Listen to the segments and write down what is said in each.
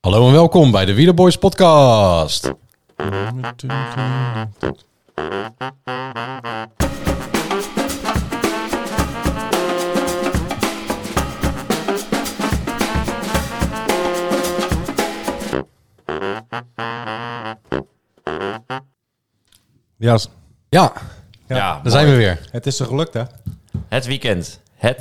Hallo en welkom bij de Wielerboys podcast. Ja, Ja, daar zijn we weer. Het is er gelukt, hè? Het weekend.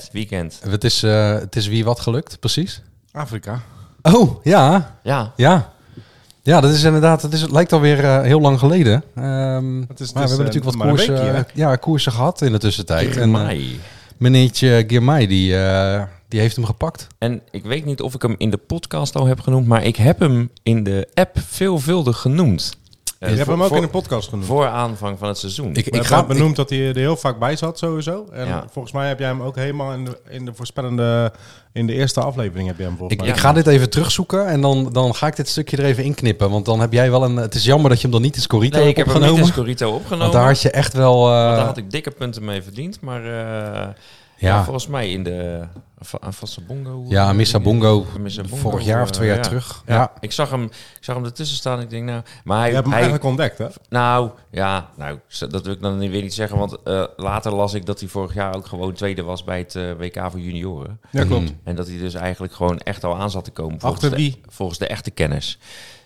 Het is wie wat gelukt, precies. Afrika. Oh, ja. Ja. Ja, dat is inderdaad, het lijkt alweer heel lang geleden. Maar we hebben natuurlijk wat koersen gehad in de tussentijd. En meneertje Girmay, die heeft hem gepakt. En ik weet niet of ik hem in de podcast al heb genoemd, maar ik heb hem in de app veelvuldig genoemd. Je hebt hem ook in de podcast genoemd. Voor aanvang van het seizoen. Ik ga benoemd dat hij er heel vaak bij zat, sowieso. En volgens mij heb jij hem ook helemaal in de voorspellende... In de eerste aflevering heb je hem volgens mij. Ik ga dit even terugzoeken en dan ga ik dit stukje er even inknippen. Want dan heb jij wel een... Het is jammer dat je hem dan niet in Scorito hebt opgenomen. Nee, ik heb hem niet in Scorito opgenomen. Want daar had je echt wel... Want daar had ik dikke punten mee verdiend. Maar volgens mij in de... Vassa Bongo. Ja, Missa Bongo. Vorig jaar of 2 jaar terug. Ja. Ik zag hem ertussen staan. Ik denk, nou... Maar je hebt hem eigenlijk ontdekt, hè? Nou, dat wil ik dan weer niet zeggen. Want later las ik dat hij vorig jaar ook gewoon tweede was bij het WK voor junioren. Ja, klopt. En dat hij dus eigenlijk gewoon echt al aan zat te komen. Achter wie? Volgens de echte kenners.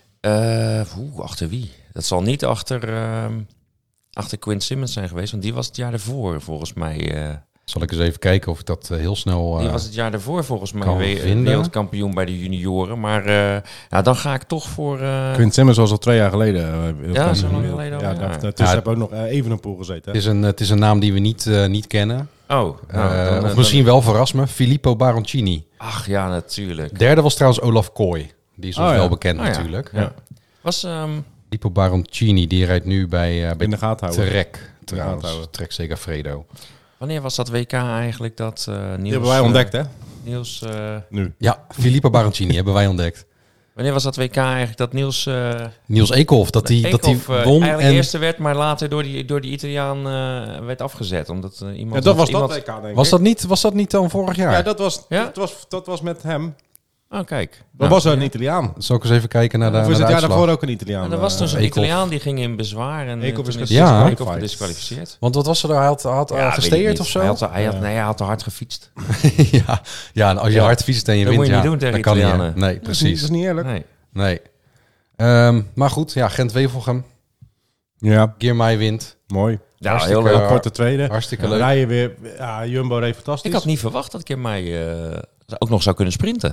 Achter wie? Dat zal niet achter Quinn Simmons zijn geweest. Want die was het jaar ervoor, volgens mij... Zal ik eens even kijken of ik dat heel snel die was het jaar daarvoor volgens mij wereldkampioen bij de junioren. Maar dan ga ik toch voor... Quinn Simmons was al 2 jaar geleden. Zo lang geleden al. Daartussen heb ik ook nog Evenepoel gezeten. Het is een naam die we niet kennen. Of misschien wel verrast me. Filippo Baroncini. Ach ja, natuurlijk. Derde was trouwens Olaf Kooi. Die is ons wel bekend natuurlijk. Ja. Was... Filippo Baroncini, die rijdt nu bij in de gaten houden. Trek. Trouwens, Trek Segafredo. Wanneer was dat WK eigenlijk dat Niels... Die hebben wij ontdekt, hè? Niels... Nu. Ja, Filippo Baroncini hebben wij ontdekt. Wanneer was dat WK eigenlijk dat Niels... Niels Eekhoff, dat hij won. Eigenlijk eerste werd, maar later door die Italiaan werd afgezet. Omdat iemand... Ja, dat WK, denk ik. Was dat niet dan vorig jaar? Ja, dat was met hem. Oh, kijk. Dat was een Italiaan. Zal ik eens even kijken naar de Of is het jaar daarvoor ook een Italiaan? En er was dus een Italiaan die ging in bezwaar. En Eekhoff is gedisqualificeerd. Want wat was er? Hij had gesteerd of zo? Hij had te hard gefietst. En als je hard fietst en je dat wint, moet je niet doen tegen Italianen. Nee, precies. Dat is niet eerlijk. Nee. Maar goed, Gent-Wevelgem. Ja. Girmay wint. Mooi. Ja, heel korte tweede. Hartstikke leuk. Rijden weer. Ja, Jumbo reed fantastisch. Ik had niet verwacht dat Girmay ook nog zou kunnen sprinten.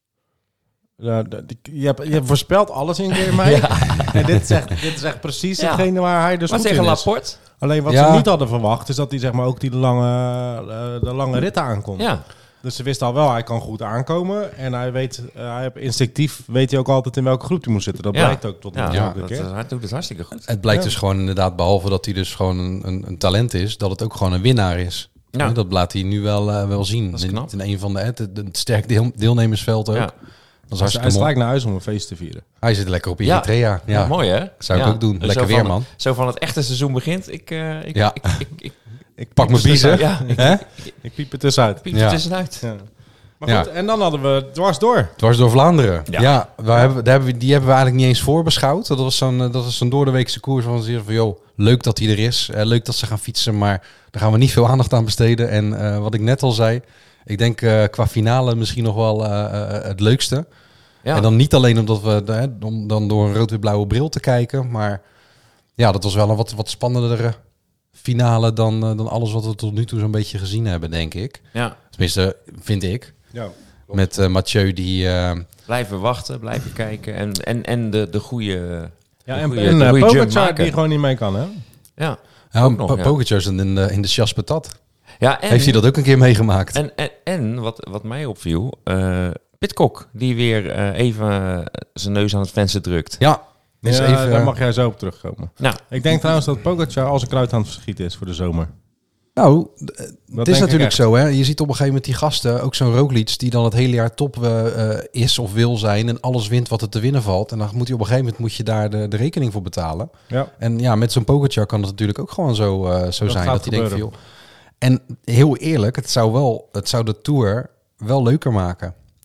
Je hebt voorspeld alles in Girmay. En dit is echt precies hetgene waar hij dus maar goed tegen in is. Laporte? Alleen wat ze niet hadden verwacht is dat hij zeg maar ook de lange ritten aankomt. Ja. Dus ze wisten al wel, hij kan goed aankomen. En instinctief weet hij ook altijd in welke groep hij moet zitten. Dat blijkt ook tot nu toe. Hij doet het hartstikke goed. Het blijkt dus gewoon inderdaad, behalve dat hij dus gewoon een talent is, dat het ook gewoon een winnaar is. Ja. Dat laat hij nu wel zien. Dat is knap. In een van het sterk deelnemersveld ook. Ja. Hij strijkt naar huis om een feest te vieren. Hij zit lekker op Eritrea. Ja. Mooi hè? Zou ik ook doen. Lekker weer, man. Zo van het echte seizoen begint. Ik pak mijn biezen. Ik piep het tussenuit. Ja. Maar goed, en dan hadden we Dwars Door Vlaanderen. Ja, die hebben we eigenlijk niet eens voorbeschouwd. Dat was zo'n doordeweekse koers van joh, leuk dat hij er is. Leuk dat ze gaan fietsen, maar daar gaan we niet veel aandacht aan besteden. En wat ik net al zei, ik denk qua finale misschien nog wel het leukste. Ja. En dan niet alleen omdat we om dan door een rood-wit-blauwe bril te kijken, maar ja, dat was wel een wat spannendere finale dan alles wat we tot nu toe zo'n beetje gezien hebben, denk ik. Ja. Tenminste, vind ik. Ja. Met Mathieu die... Blijven wachten, blijven kijken en de goede... Ja, en Pogačar die gewoon niet mee kan, hè? Ja. Pogačar is in de Chasse Patat. Ja, en, heeft hij dat ook een keer meegemaakt? En wat mij opviel, Pidcock, die weer even zijn neus aan het venster drukt. Ja, dus even, daar mag jij zo op terugkomen. Nou, ik denk trouwens dat Pogačar als een kruid aan het verschieten is voor de zomer. Nou, het is natuurlijk zo, hè. Je ziet op een gegeven moment die gasten, ook zo'n Roglic, die dan het hele jaar top is of wil zijn en alles wint wat er te winnen valt. En dan moet je op een gegeven moment daar de rekening voor betalen. Ja. En ja, met zo'n Pogačar kan het natuurlijk ook gewoon zo zijn dat hij denkt veel. En heel eerlijk, het zou de Tour wel leuker maken.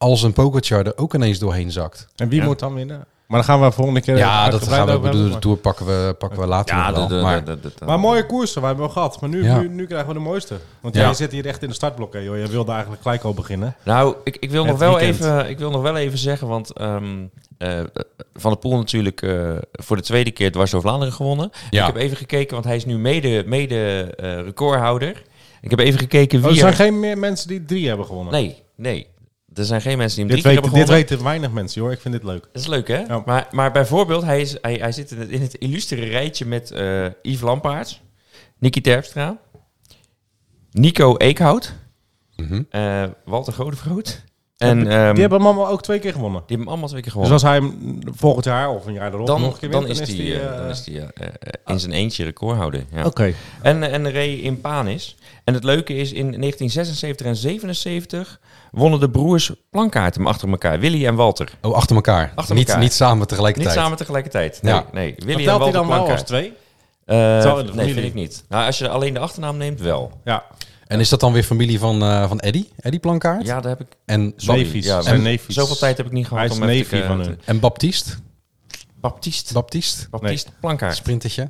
als een Pogacar er ook ineens doorheen zakt. En wie moet dan winnen? Maar dan gaan we volgende keer... Ja, dat gaan we bedoelen. De Tour pakken we later nog wel. Maar mooie koersen, wij hebben we gehad. Maar nu krijgen we de mooiste. Want jij zit hier echt in de startblokken, joh. Jij wilde eigenlijk gelijk al beginnen. Nou, ik wil nog wel even zeggen, want Van der Poel natuurlijk voor de tweede keer dwars door Vlaanderen gewonnen. Ja. Ik heb even gekeken, want hij is nu mede recordhouder. Ik heb even gekeken wie... er zijn geen meer mensen die 3 hebben gewonnen? Nee. Er zijn geen mensen die hem 3 keer hebben gewonnen. Dit weten weinig mensen, hoor. Ik vind dit leuk. Dat is leuk, hè? Ja. Maar bijvoorbeeld, hij zit in het illustere rijtje met Yves Lampaert, Nicky Terpstra, Nico Eekhout, Walter Godefroot. En, die hebben hem allemaal ook 2 keer gewonnen? Die hebben hem allemaal 2 keer gewonnen. Dus als hij hem volgend jaar of een jaar erop nog een keer wint, dan is hij in zijn eentje recordhouder. Ja. Oké. En reed in Panis. En het leuke is, in 1976 en 77 wonnen de broers plankaarten achter elkaar. Willy en Walter. Oh, achter elkaar. Niet samen tegelijkertijd. Niet samen tegelijkertijd. Nee. Willy en Walter hij dan wel als 2? Nee, vind ik niet. Nou, als je alleen de achternaam neemt, wel. Ja. En is dat dan weer familie van Eddy? Eddy Plankaart? Ja, daar heb ik... En neefjes. Ja, zijn neefjes. Zoveel tijd heb ik niet gehad om even van hun. En Baptiste? Baptiste Plankaart. Sprintertje?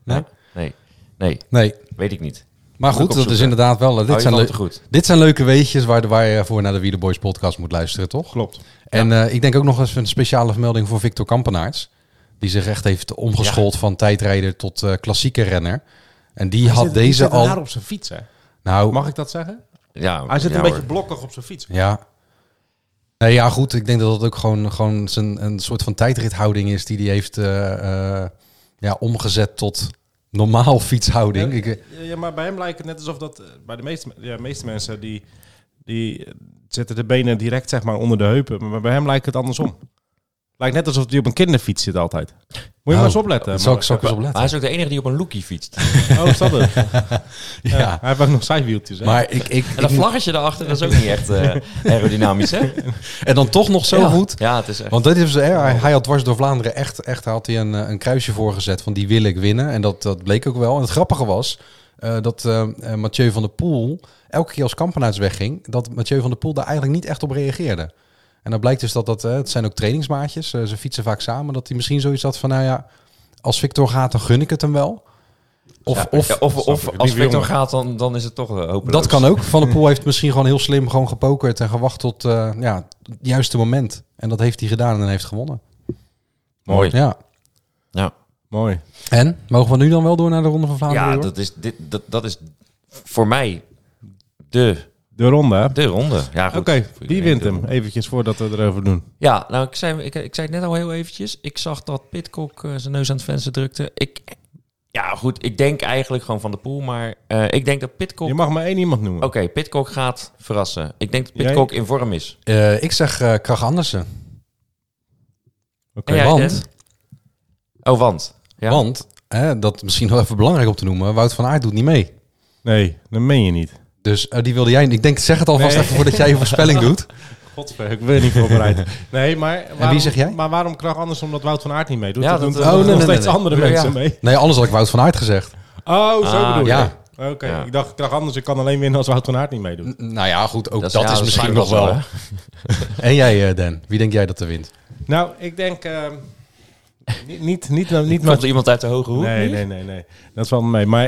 Nee. Weet ik niet. Maar goed, dat is inderdaad wel... Dit zijn leuke weetjes waar je voor naar de Wielerboys podcast moet luisteren, toch? Klopt. En ik denk ook nog eens een speciale vermelding voor Victor Kampenaerts. Die zich echt heeft omgeschoold van tijdrijder tot klassieke renner. En die had deze al... Hij zit op zijn fiets, hè? Nou, mag ik dat zeggen? Ja. Hij zit een beetje blokkig op zijn fiets. Ja. Nee, ja, goed. Ik denk dat het ook gewoon een soort van tijdrithouding is die hij heeft omgezet tot normaal fietshouding. Ja, maar bij hem lijkt het net alsof dat... Bij de meeste mensen die zetten de benen direct zeg maar onder de heupen. Maar bij hem lijkt het andersom. Lijkt net alsof hij op een kinderfiets zit altijd. Moet je maar eens opletten. Zal ik eens opletten. Hij is ook de enige die op een Loekie fietst. Oh, is dat het? Ja. Hij heeft ook nog zijwieltjes. Hè? Maar en dat vlaggetje daarachter, dat is ook niet echt aerodynamisch, hè? En dan toch nog zo goed. Ja, het is echt... Want dit is, hij had dwars door Vlaanderen echt had hij een kruisje voorgezet van die wil ik winnen. En dat bleek ook wel. En het grappige was dat Mathieu van der Poel elke keer als Kampenaerts wegging, dat Mathieu van der Poel daar eigenlijk niet echt op reageerde. En dan blijkt dus dat het zijn ook trainingsmaatjes. Ze fietsen vaak samen. Dat hij misschien zoiets had van, nou ja, als Victor gaat, dan gun ik het hem wel. Of als Victor gaat, dan is het toch hopeloos. Dat kan ook. Van der Poel heeft misschien gewoon heel slim gewoon gepokerd en gewacht tot het juiste moment. En dat heeft hij gedaan en heeft gewonnen. Mooi. Ja. Mooi. En, mogen we nu dan wel door naar de Ronde van Vlaanderen? Ja, dat is voor mij de ronde, hè? De ronde, ja goed. Oké, wie wint hem? Eventjes voordat we erover doen. Ja, nou, ik zei het net al heel eventjes. Ik zag dat Pidcock zijn neus aan het venster drukte. Ik denk eigenlijk gewoon Van der Poel, maar ik denk dat Pidcock... Je mag maar 1 iemand noemen. Oké, Pidcock gaat verrassen. Ik denk dat Pidcock in vorm is. Ik zeg Kragh Andersen. Oké. Want... Want? Ja. Want, dat is misschien wel even belangrijk om te noemen, Wout van Aert doet niet mee. Nee, dat meen je niet. Dus die wilde jij... Ik denk, zeg het alvast even voordat jij je voorspelling doet. Godver, ik ben niet voorbereid. Nee, maar... En wie zeg jij? Maar waarom Kragh Andersen omdat Wout van Aert niet meedoet? Ja, doen steeds andere mensen mee. Nee, anders had ik Wout van Aert gezegd. Oh, zo bedoel je. Ja. Oké, ik dacht Kragh Andersen kan alleen winnen als Wout van Aert niet meedoet. Nou ja, goed, ook dat is misschien nog wel. En jij, Dan? Wie denk jij dat er wint? Nou, ik denk... Niet Komt er iemand uit de hoge hoek? Nee. Dat valt mee. Maar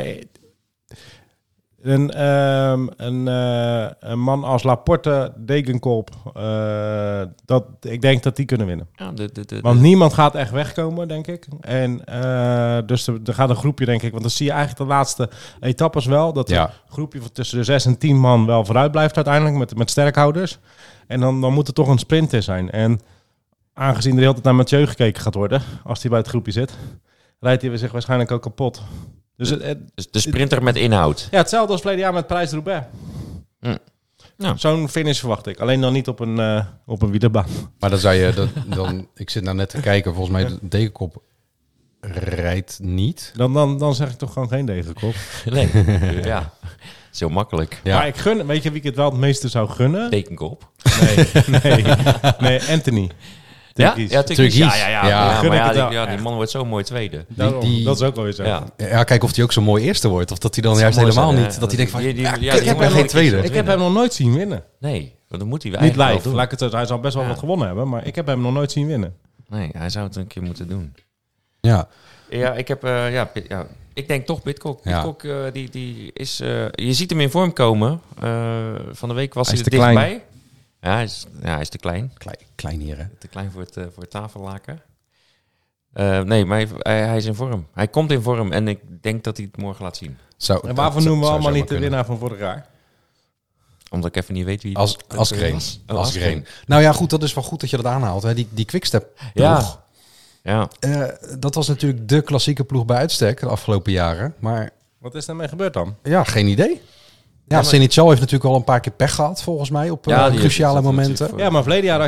een man als Laporte, Degenkolb, ik denk dat die kunnen winnen. Ja, want niemand gaat echt wegkomen, denk ik. En dus er gaat een groepje, denk ik. Want dan zie je eigenlijk de laatste etappes wel. Dat een groepje van tussen de 6 en 10 man wel vooruit blijft uiteindelijk met sterkhouders. En dan moet er toch een sprint zijn. En aangezien er de hele tijd naar Mathieu gekeken gaat worden, als hij bij het groepje zit, rijdt hij zich waarschijnlijk ook kapot. Dus de sprinter met inhoud. Ja, hetzelfde als verleden jaar met Parijs-Roubaix. Nou. Zo'n finish verwacht ik. Alleen dan niet op een wielerbaan. Maar dan zou je... ik zit nou net te kijken, volgens mij de Degenkop rijdt niet. Dan zeg ik toch gewoon geen Degenkop. Nee, ja. Is heel makkelijk. Ja. Maar ik gun... Weet je wie ik het wel het meeste zou gunnen? Degenkop. Nee, Anthony. Turkish. Ja, die man wordt zo mooi tweede. Dat is ook wel weer zo. Ja, kijk of hij ook zo mooi eerste wordt. Of dat hij dan juist helemaal niet... Dat hij denkt van, ik heb hem geen tweede. Ik heb hem nog nooit zien winnen. Nee. Want dan moet hij niet live. Hij zal best wel wat gewonnen hebben, maar ik heb hem nog nooit zien winnen. Nee, hij zou het een keer moeten doen. Ja. Ja, ik denk toch Pidcock. Pidcock, die is... je ziet hem in vorm komen. Van de week was hij er dichtbij. Klein. Ja, hij is te klein. Klein hier, hè? Te klein voor het tafellaken. Nee, maar hij is in vorm. Hij komt in vorm en ik denk dat hij het morgen laat zien. En waarvoor noemen we allemaal niet de winnaar van vorig jaar? Omdat ik even niet weet wie... Asgreen. Nou ja, goed, dat is wel goed dat je dat aanhaalt. Hè. Die Quickstep ploeg. Ja. Dat was natuurlijk de klassieke ploeg bij uitstek de afgelopen jaren. Maar wat is daarmee gebeurd dan? Ja, geen idee. Ja, Senechal heeft natuurlijk al een paar keer pech gehad, volgens mij, op cruciale momenten. Ja, maar verleden jaar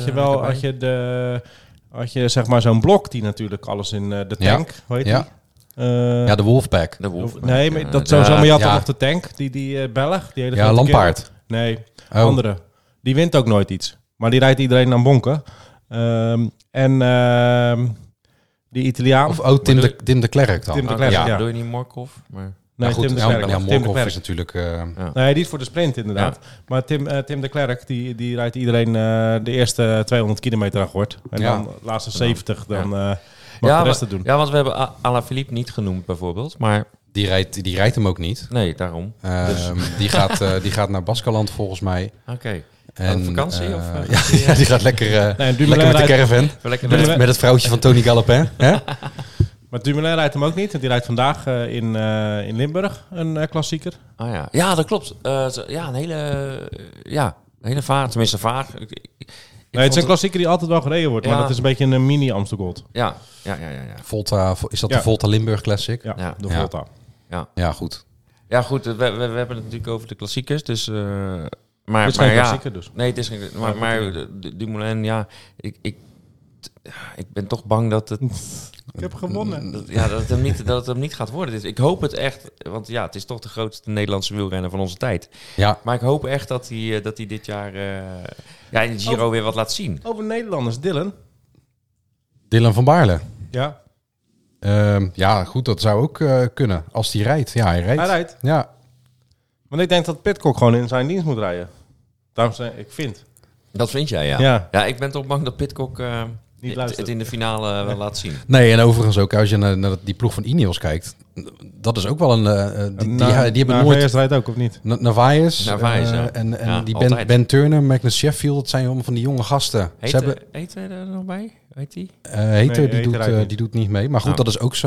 had je zeg maar zo'n blok die natuurlijk alles in de tank, hoe heet die? De Wolfpack. Nee, maar maar je had dan nog de tank, die Belg. Die hele Lampaard. Nee, andere. Die wint ook nooit iets. Maar die rijdt iedereen aan bonken. Die Italiaan. Of Tim de Klerk dan. Tim de Klerk, ja. Doe je niet Morkov? Maar... Nee, goed, Tim de Klerk. Morkov is natuurlijk... Nee, die is voor de sprint inderdaad. Ja. Maar Tim de Klerk, die rijdt iedereen de eerste 200 kilometer aan gort. En dan de laatste 70 dan mag de rest te doen. Ja, want we hebben Alaphilippe niet genoemd bijvoorbeeld. Maar die rijdt hem ook niet. Nee, daarom. Die gaat naar Baskeland volgens mij. Oké. En vakantie? Die gaat lekker met de caravan. Met het vrouwtje van Tony Galopin. Maar Dumoulin rijdt hem ook niet. Die rijdt vandaag in Limburg een klassieker. Oh ja. Ja, dat klopt. Een hele vaag. Tenminste vaag. Het is een klassieker die altijd wel gereden wordt. Maar dat is een beetje een mini Amstel Gold. Ja. Volta, is dat de Volta Limburg Classic? Ja, de Volta. Ja, goed. Ja, goed. We hebben het natuurlijk over de klassiekers. Dus... Maar het is geen klassieker dus. Nee, het is geen... Maar Dumoulin, ik ben toch bang dat het... Ik heb gewonnen. Dat het hem niet gaat worden. Ik hoop het echt, want het is toch de grootste Nederlandse wielrenner van onze tijd. Ja. Maar ik hoop echt dat hij dit jaar in de Giro weer wat laat zien. Over Nederlanders, Dylan van Baarle. Ja. Goed, dat zou ook kunnen. Als hij rijdt. Ja, hij rijdt. Ja. Want ik denk dat Pidcock gewoon in zijn dienst moet rijden. Daarom ik vind. Dat vind jij, ja. Ja, ik ben toch bang dat Pidcock... het in de finale wel laat zien. Nee, en overigens ook als je naar die ploeg van Ineos kijkt, dat is ook wel die hebben nooit... Narvaez rijdt ook, of niet? Narvaez, en die Ben Turner, Magnus Sheffield, dat zijn allemaal van die jonge gasten. Heet hij er nog bij? Heet die? Die doet niet mee. Maar goed, dat is ook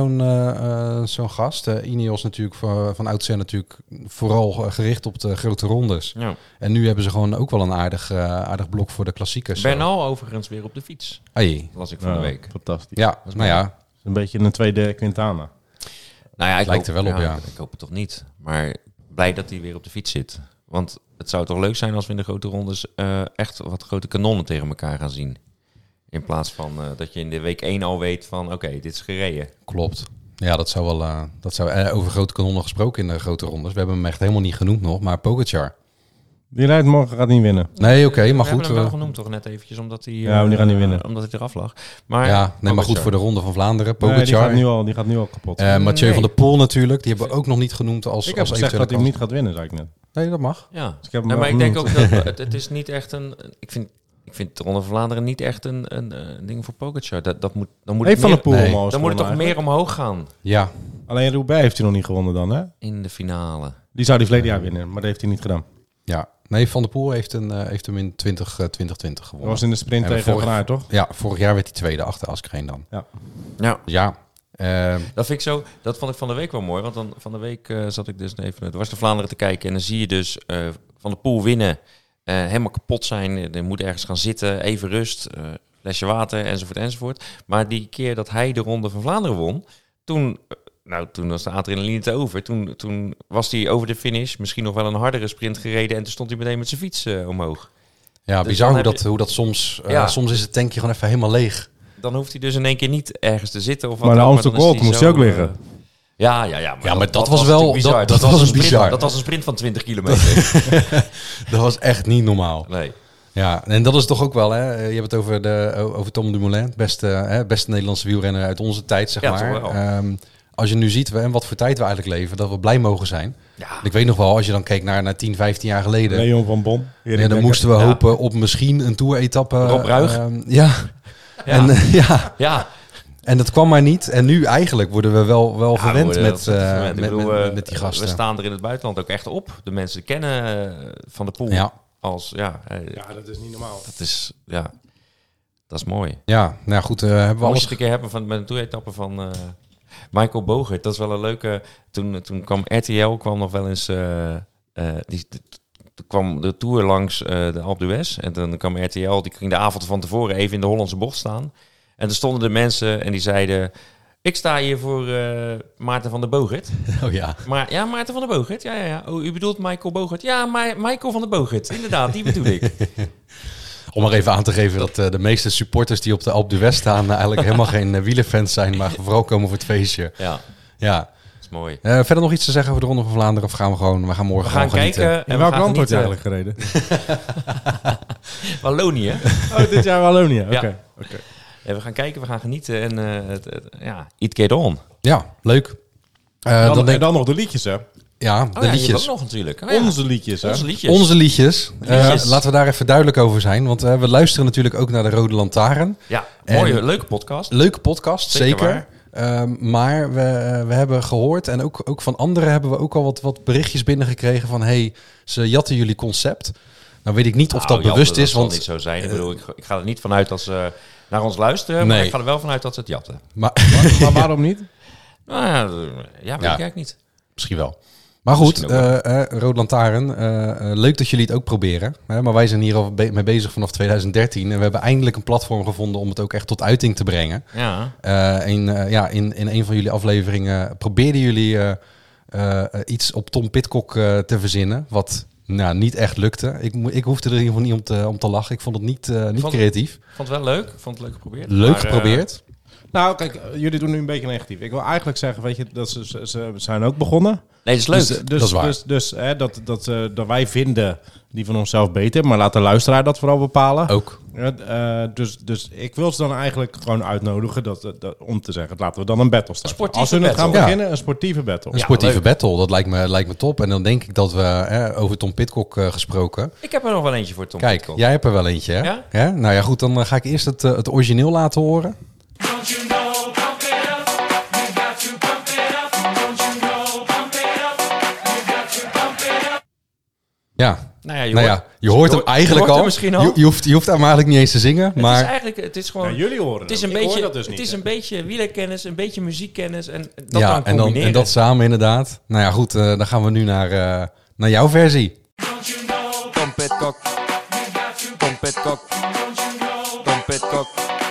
zo'n gast. Ineos natuurlijk van oudsher natuurlijk vooral gericht op de grote rondes. Ja. En nu hebben ze gewoon ook wel een aardig blok voor de klassiekers. Bernal overigens weer op de fiets. Las ik van de week. Fantastisch. Ja, een beetje een tweede Quintana. Nou ja, het lijkt er wel op, ja. Ik hoop het toch niet. Maar blij dat hij weer op de fiets zit. Want het zou toch leuk zijn als we in de grote rondes echt wat grote kanonnen tegen elkaar gaan zien. In plaats van dat je in de week 1 al weet van oké, dit is gereden. Klopt. Ja, dat zou wel... over grote kanonnen gesproken in de grote rondes. We hebben hem echt helemaal niet genoemd nog, maar Pogacar. Die rijdt morgen, gaat niet winnen. Nee, oké, maar goed. We hebben hem wel genoemd toch net eventjes, omdat hij... die gaat niet winnen. Omdat hij eraf lag. Maar, maar goed voor de Ronde van Vlaanderen. Pogacar. Nee, die gaat nu al kapot. Mathieu van der Poel natuurlijk. Die hebben we ook nog niet genoemd als... Ik heb gezegd dat hij hem niet gaat winnen, zei ik net. Nee, dat mag. Ja, dus maar ik denk ook dat het is niet echt een... Ik vind de Ronde van Vlaanderen niet echt een ding voor Pogacar. Dan moet dan moet het toch meer omhoog gaan. Ja. Alleen Roubaix heeft hij nog niet gewonnen dan, hè? In de finale. Die zou die verleden jaar winnen, maar dat heeft hij niet gedaan. Ja. Nee, Van der Poel heeft hem in 2020 gewonnen. Dat was in de sprint tegen Van Aert, toch? Ja, vorig jaar werd hij tweede achter Askreen dan. Ja. Dat vind ik zo. Dat vond ik van de week wel mooi. Want dan van de week zat ik dus even het was de Vlaanderen te kijken. En dan zie je dus Van der Poel winnen. Helemaal kapot zijn. Er moet ergens gaan zitten. Even rust. Flesje water enzovoort. Maar die keer dat hij de Ronde van Vlaanderen won. Toen was de adrenaline te over. Toen was hij over de finish. Misschien nog wel een hardere sprint gereden. En toen stond hij meteen met zijn fiets omhoog. Ja, dus bizar hoe dat soms... soms is het tankje gewoon even helemaal leeg. Dan hoeft hij dus in één keer niet ergens te zitten. Of wat maar de Amstel Gold moest hij ook liggen. Maar dat was wel bizar. Dat was bizar. Dat was een sprint van 20 kilometer. Dat was echt niet normaal. Nee. Ja, en dat is toch ook wel, hè? Je hebt het over Tom Dumoulin, beste Nederlandse wielrenner uit onze tijd, zeg maar. als je nu ziet en wat voor tijd we eigenlijk leven, dat we blij mogen zijn. Ja. Ik weet nog wel, als je dan keek naar 10, 15 jaar geleden. Leon van Bon. Dan moesten we hopen op misschien een tour-etappe. Rob Ruig. Ja. En dat kwam maar niet. En nu eigenlijk worden we wel verwend met die gasten. We staan er in het buitenland ook echt op. De mensen kennen Van der Poel als... Ja, dat is niet normaal. Dat is mooi. Ja, nou goed. Hebben we alles een keer hebben met een toeretappe van Michael Bogert. Dat is wel een leuke... Toen kwam RTL nog wel eens... Toen kwam de Tour langs de Alpe d'Huez. En dan kwam RTL, die ging de avond van tevoren even in de Hollandse bocht staan. En er stonden de mensen en die zeiden... Ik sta hier voor Maarten van der Bogert. Oh ja. Maar Maarten van der Bogert? Ja. Oh, u bedoelt Michael Bogert? Ja, Michael van der Bogert. Inderdaad, die bedoel ik. Om maar even aan te geven dat de meeste supporters die op de Alpe d'Huez staan... eigenlijk helemaal geen wielerfans zijn, maar vooral komen voor het feestje. Ja. Dat is mooi. Verder nog iets te zeggen over de Ronde van Vlaanderen? Of gaan we gaan morgen gaan kijken. En welk land wordt eigenlijk gereden? Wallonië. Oh, dit jaar Wallonië. Oké. Ja, we gaan kijken, we gaan genieten en it get on. Ja, leuk. Dan nog de liedjes, hè? Ja, de liedjes. Je ook nog natuurlijk. Onze liedjes, hè? Onze liedjes. Laten we daar even duidelijk over zijn. Want we luisteren natuurlijk ook naar de Rode Lantaarn. Ja, mooie, leuke podcast. Leuke podcast, zeker. Maar we hebben gehoord en ook van anderen hebben we ook al wat berichtjes binnengekregen van... hey, ze jatten jullie concept. Nou weet ik niet of dat bewust is. Dat zal niet zo zijn. Ik bedoel, ik ga er niet vanuit dat ze naar ons luisteren. Maar ik ga er wel vanuit dat ze het jatten. Maar waarom niet? Nou weet ik eigenlijk niet. Misschien wel. Maar goed, Rode Lantaarn, leuk dat jullie het ook proberen. Maar wij zijn hier al mee bezig vanaf 2013. En we hebben eindelijk een platform gevonden om het ook echt tot uiting te brengen. Ja. In een van jullie afleveringen probeerden jullie iets op Tom Pidcock te verzinnen. Wat niet echt lukte. Ik hoefde er in ieder geval niet om te lachen. Ik vond het niet creatief. Ik vond het wel leuk. Ik vond het leuk geprobeerd. Leuk geprobeerd. Nou, kijk, jullie doen nu een beetje negatief. Ik wil eigenlijk zeggen, weet je, dat ze zijn ook begonnen. Nee, dat is leuk. Dat is waar. Dat wij vinden die van onszelf beter, maar laat de luisteraar dat vooral bepalen. Ook. Dus ik wil ze dan eigenlijk gewoon uitnodigen om te zeggen, laten we dan een battle starten. Als we het gaan beginnen, een sportieve battle. Een sportieve battle, dat lijkt me top. En dan denk ik dat we, over Tom Pidcock gesproken... Ik heb er nog wel eentje voor Tom Pidcock. Kijk, jij hebt er wel eentje, hè? Ja? Nou ja, goed, dan ga ik eerst het origineel laten horen. Don't you know, pump it up. You got to pump it up. Don't you know, pump it up. You got to pump it up. Ja. Je hoort hem eigenlijk al. Je hoeft hem eigenlijk niet eens te zingen. Maar het is gewoon. Jullie horen het is een beetje. Het is een beetje wielerkennis, een beetje muziekkennis en dat dan combineren. En dat samen inderdaad. Nou ja, goed. Dan gaan we nu naar jouw versie. Don't you know, Tom Pidcock. Tom Pidcock. Tom Pidcock.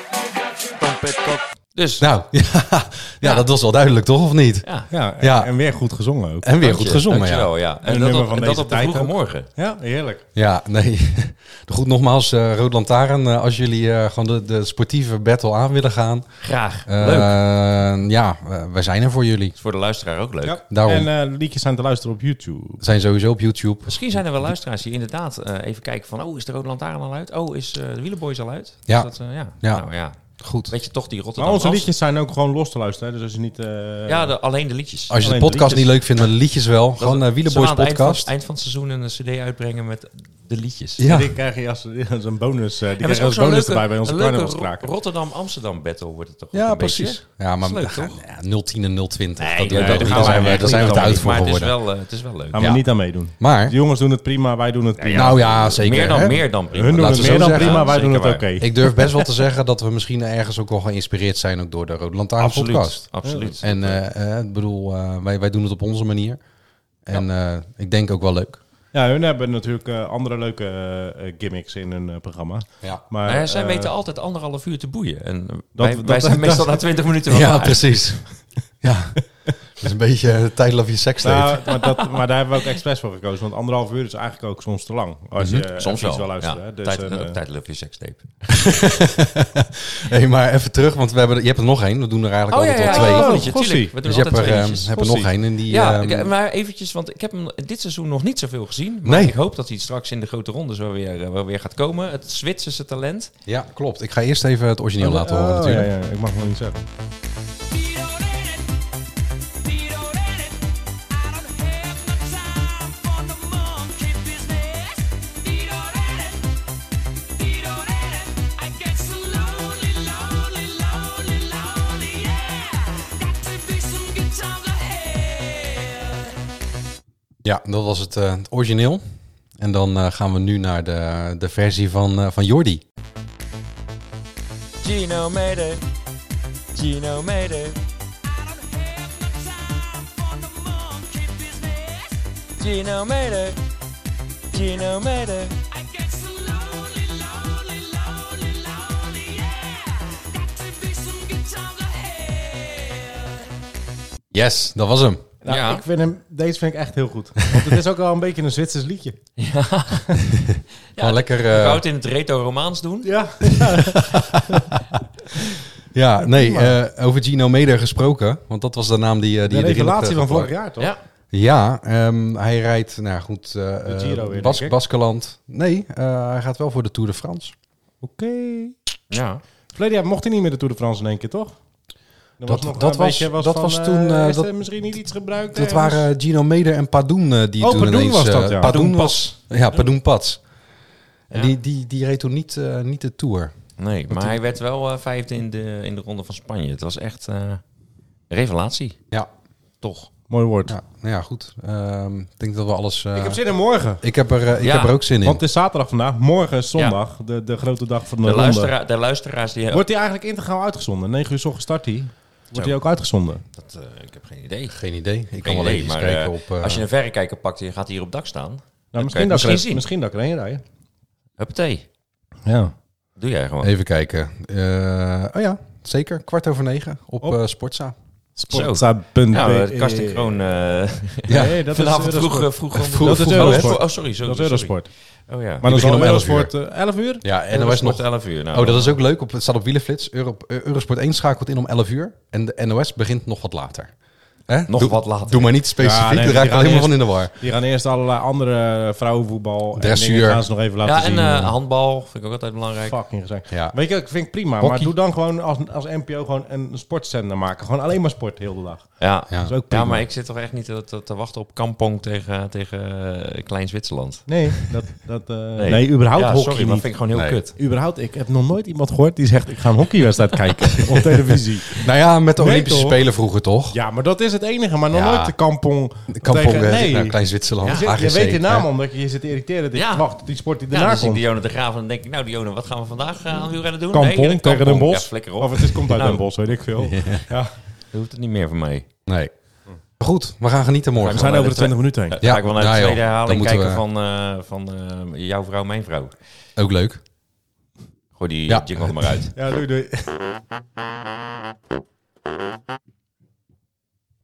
Dus. Nou, dat was wel duidelijk, toch? Of niet? Ja. En weer goed gezongen ook. En weer goed gezongen, ja. En dat op de vroege morgen. Ja, heerlijk. Ja, nee. Goed, nogmaals, Rode Lantaarn, als jullie gewoon de sportieve battle aan willen gaan. Graag. Leuk. Wij zijn er voor jullie. Is voor de luisteraar ook leuk. Ja. Daarom. En liedjes zijn te luisteren op YouTube. Zijn sowieso op YouTube. Misschien zijn er wel luisteraars die inderdaad even kijken van... is de Rode Lantaarn al uit? Is de Wielerboys al uit? Ja. Dus Nou ja. Goed. Weet je toch die Rotterdam. Maar onze liedjes zijn ook gewoon los te luisteren. Dus als je niet... alleen de liedjes. Als je de podcast niet leuk vindt, maar de liedjes wel. Gewoon Wielerboys podcast. Eind van het seizoen een cd uitbrengen met de liedjes. Ja. Die krijg je als een bonus. Die krijg je als bonus erbij bij onze carnavalskraken. Rotterdam-Amsterdam battle wordt het toch? Ja, precies. Ja, maar leuk, toch? 010 en 020. Daar zijn we te uit voor geworden. Het is wel leuk. Gaan we niet aan meedoen. Maar de jongens doen het prima, wij doen het prima. Nou ja, zeker. Meer dan prima. Hun doen het meer dan prima, wij doen het oké. Ik durf best wel te zeggen dat we misschien ergens ook wel geïnspireerd zijn ook door de Rode Lantaarn podcast. Absoluut. En ik bedoel, wij doen het op onze manier. En ik denk ook wel leuk. Ja, hun hebben natuurlijk andere leuke gimmicks in hun programma. Ja. Maar zij weten altijd 1,5 uur te boeien. En wij zijn meestal na 20 minuten wel klaar. Precies. Ja. Dat is een beetje Title of Your Sex Tape. Maar daar hebben we ook expres voor gekozen. Want 1,5 uur is eigenlijk ook soms te lang. Als je soms wel luistert. Ja. Dus, Title of Your Sex Tape. Hey, maar even terug, want je hebt er nog één. We doen er eigenlijk altijd al 2. Tuurlijk. Dus je hebt er nog één. En die, maar eventjes, want ik heb hem dit seizoen nog niet zoveel gezien. Maar ik hoop dat hij straks in de grote ronde zo weer gaat komen. Het Zwitserse talent. Ja, klopt. Ik ga eerst even het origineel laten horen natuurlijk. Ja, ik mag nog niet zeggen. Ja, dat was het origineel. En dan gaan we nu naar de versie van Jordi. Gino made it. Gino made it. Gino made it. Gino made it. Yes, dat was hem. Nou, ja. Deze vind ik echt heel goed. Want het is ook wel een beetje een Zwitsers liedje. Ja. Ja, lekker. Ik wou het in het retro-romaans doen. Ja. Ja, nee, over Gino Meder gesproken. Want dat was de naam die de revelatie van vorig jaar, toch? Ja. Ja, hij rijdt, nou goed, Baskeland. Nee, hij gaat wel voor de Tour de France. Oké. Ja. Verleden jaar mocht hij niet meer de Tour de France in één keer, toch? Dat was toen... dat misschien niet iets gebruikt. Dat waren Gino Meder en Padoen die toen ineens... was dat, ja. Padoen was... Ja, Padoen Pats. Ja. Die reed toen niet de Tour. Nee, maar hij werd wel vijfde in de ronde van Spanje. Het was echt revelatie. Ja. Toch. Mooi woord. Ja, nou ja, goed. Ik denk dat we alles... ik heb zin in morgen. Ik heb er ook zin in. Want het is zaterdag vandaag. Morgen is zondag. Ja. De grote dag van de ronde. De luisteraars die... Wordt hij eigenlijk integraal uitgezonden? 9 uur 's ochtends start hij. Wordt hij ook uitgezonden? Ik heb geen idee. Geen idee. Ik kan wel even kijken op... Als je een verrekijker pakt en je gaat hier op dak staan... Nou, misschien dat ik erheen rijden. Huppatee. Ja. Doe jij gewoon. Even kijken. Oh ja, zeker. 8:15 op Sportza. Sportza.be. Nou, Karsten Kroon... Nee, dat vanavond is vroeg. Dat is Eurosport. Oh, sorry. Dat is Eurosport. Oh ja. Maar dan begint om 11 uur. 11 uur? Ja, en NOS nog 11 uur. Nou, oh, dat is ook leuk. Het staat op Wielenflits. Eurosport 1 schakelt in om 11 uur. En de NOS begint nog wat later. Wat later. Doe maar niet specifiek. Daar raak ik helemaal van in de war. Die gaan eerst allerlei andere vrouwenvoetbal. Dressuur. En gaan ze nog even laten zien. Ja, en handbal vind ik ook altijd belangrijk. Fucking gezegd. Ja. Weet je, ik vind het prima. Hockey. Maar doe dan gewoon als NPO gewoon een sportzender maken. Gewoon alleen maar sport heel de dag. Ja. Dat is ook prima. Ja, maar ik zit toch echt niet te wachten op Kampong tegen Klein Zwitserland. Nee, nee, überhaupt hockey sorry, niet. maar vind ik gewoon heel kut. Überhaupt, ik heb nog nooit iemand gehoord die zegt... ik ga een hockeywedstrijd kijken op televisie. Nou ja, met de Olympische Spelen vroeger toch? Ja, maar dat is het enige. Maar nog nooit de Kampong tegen Klein Zwitserland. Ja. Je weet de naam omdat je zit te irriteren. Dat je wacht, die sport die daarna dan komt. zie ik Dionne de Graaf en dan denk ik... Nou Dionne, wat gaan we vandaag aan wielrennen doen? Kampong tegen Den Bosch. Ja, flikker op. Of het komt uit Den Bosch, weet ik veel. Ja. Dat hoeft het niet meer van mij. Nee. Goed, we gaan genieten morgen. We zijn over de 20 minuten heen. Ja, ga ik wel naar de tweede herhaling kijken van jouw vrouw, mijn vrouw. Ook leuk. Gooi die jingle er maar uit. Ja, doei.